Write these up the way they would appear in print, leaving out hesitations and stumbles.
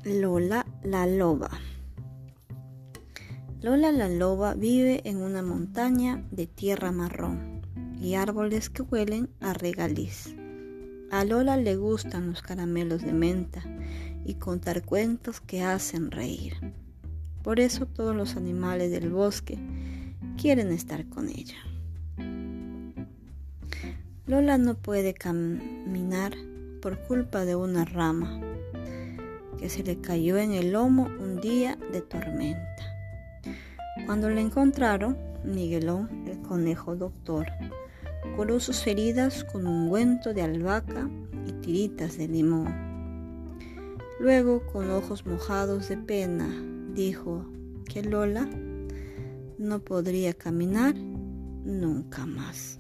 Lola la loba. Lola la loba vive en una montaña de tierra marrón y árboles que huelen a regaliz. A Lola le gustan los caramelos de menta y contar cuentos que hacen reír. Por eso todos los animales del bosque quieren estar con ella. Lola no puede caminar por culpa de una rama que se le cayó en el lomo un día de tormenta. Cuando la encontraron, Miguelón, el conejo doctor, curó sus heridas con ungüento de albahaca y tiritas de limón. Luego, con ojos mojados de pena, dijo que Lola no podría caminar nunca más.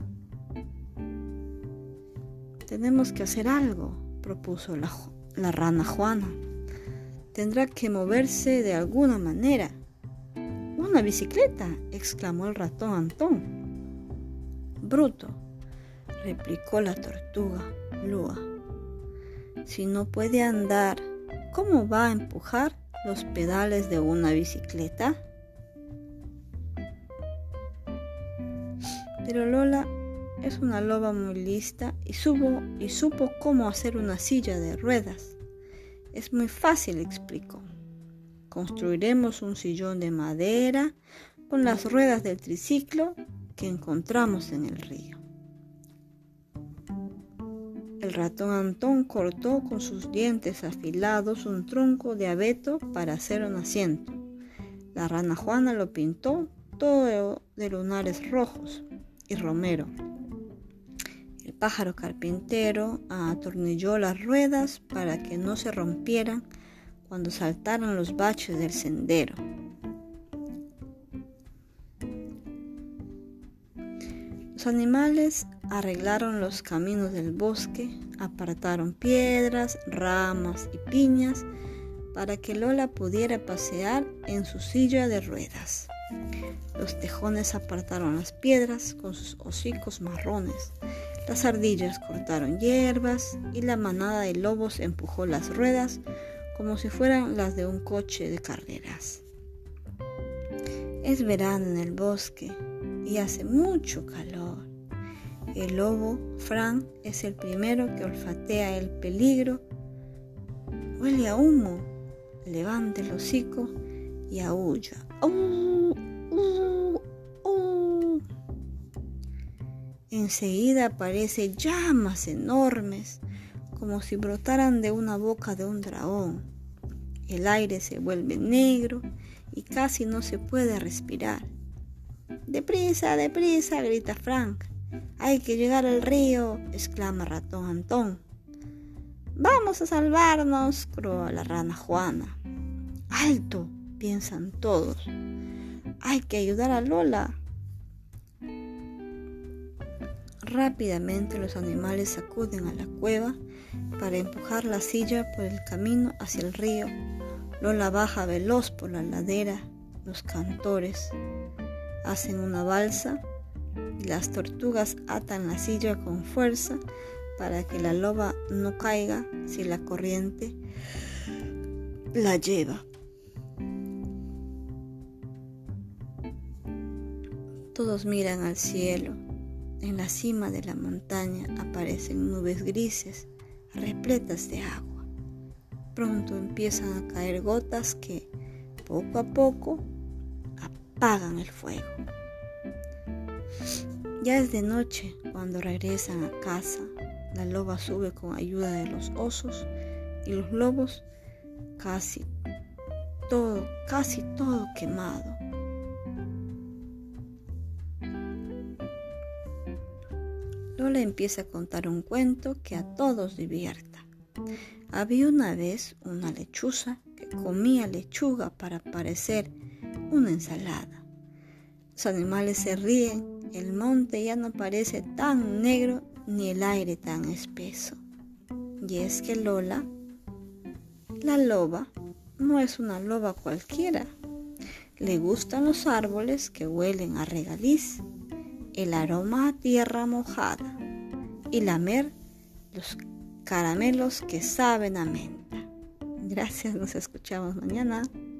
Tenemos que hacer algo, propuso la rana Juana. Tendrá que moverse de alguna manera. ¡Una bicicleta!, exclamó el ratón Antón. Bruto, replicó la tortuga Lúa. Si no puede andar, ¿cómo va a empujar los pedales de una bicicleta? Pero Lola es una loba muy lista y supo cómo hacer una silla de ruedas. Es muy fácil, explicó. Construiremos un sillón de madera con las ruedas del triciclo que encontramos en el río. El ratón Antón cortó con sus dientes afilados un tronco de abeto para hacer un asiento. La rana Juana lo pintó todo de lunares rojos y romero. El pájaro carpintero atornilló las ruedas para que no se rompieran cuando saltaran los baches del sendero. Los animales arreglaron los caminos del bosque, apartaron piedras, ramas y piñas para que Lola pudiera pasear en su silla de ruedas. Los tejones apartaron las piedras con sus hocicos marrones. Las ardillas cortaron hierbas y la manada de lobos empujó las ruedas como si fueran las de un coche de carreras. Es verano en el bosque y hace mucho calor. El lobo, Fran, es el primero que olfatea el peligro. Huele a humo, levanta el hocico y aúlla. Enseguida aparecen llamas enormes, como si brotaran de una boca de un dragón. El aire se vuelve negro y casi no se puede respirar. ¡Deprisa, deprisa!, grita Frank. ¡Hay que llegar al río!, exclama ratón Antón. ¡Vamos a salvarnos!, croa la rana Juana. ¡Alto!, piensan todos. ¡Hay que ayudar a Lola! Rápidamente los animales acuden a la cueva para empujar la silla por el camino hacia el río. Lola baja veloz por la ladera. Los cantores hacen una balsa y las tortugas atan la silla con fuerza para que la loba no caiga si la corriente la lleva. Todos miran al cielo. En la cima de la montaña aparecen nubes grises, repletas de agua. Pronto empiezan a caer gotas que, poco a poco, apagan el fuego. Ya es de noche cuando regresan a casa. La loba sube con ayuda de los osos y los lobos, casi todo quemado. Lola empieza a contar un cuento que a todos divierta. Había una vez una lechuza que comía lechuga para parecer una ensalada. Los animales se ríen, el monte ya no parece tan negro ni el aire tan espeso. Y es que Lola, la loba, no es una loba cualquiera. Le gustan los árboles que huelen a regaliz, el aroma a tierra mojada y lamer los caramelos que saben a menta. Gracias, nos escuchamos mañana.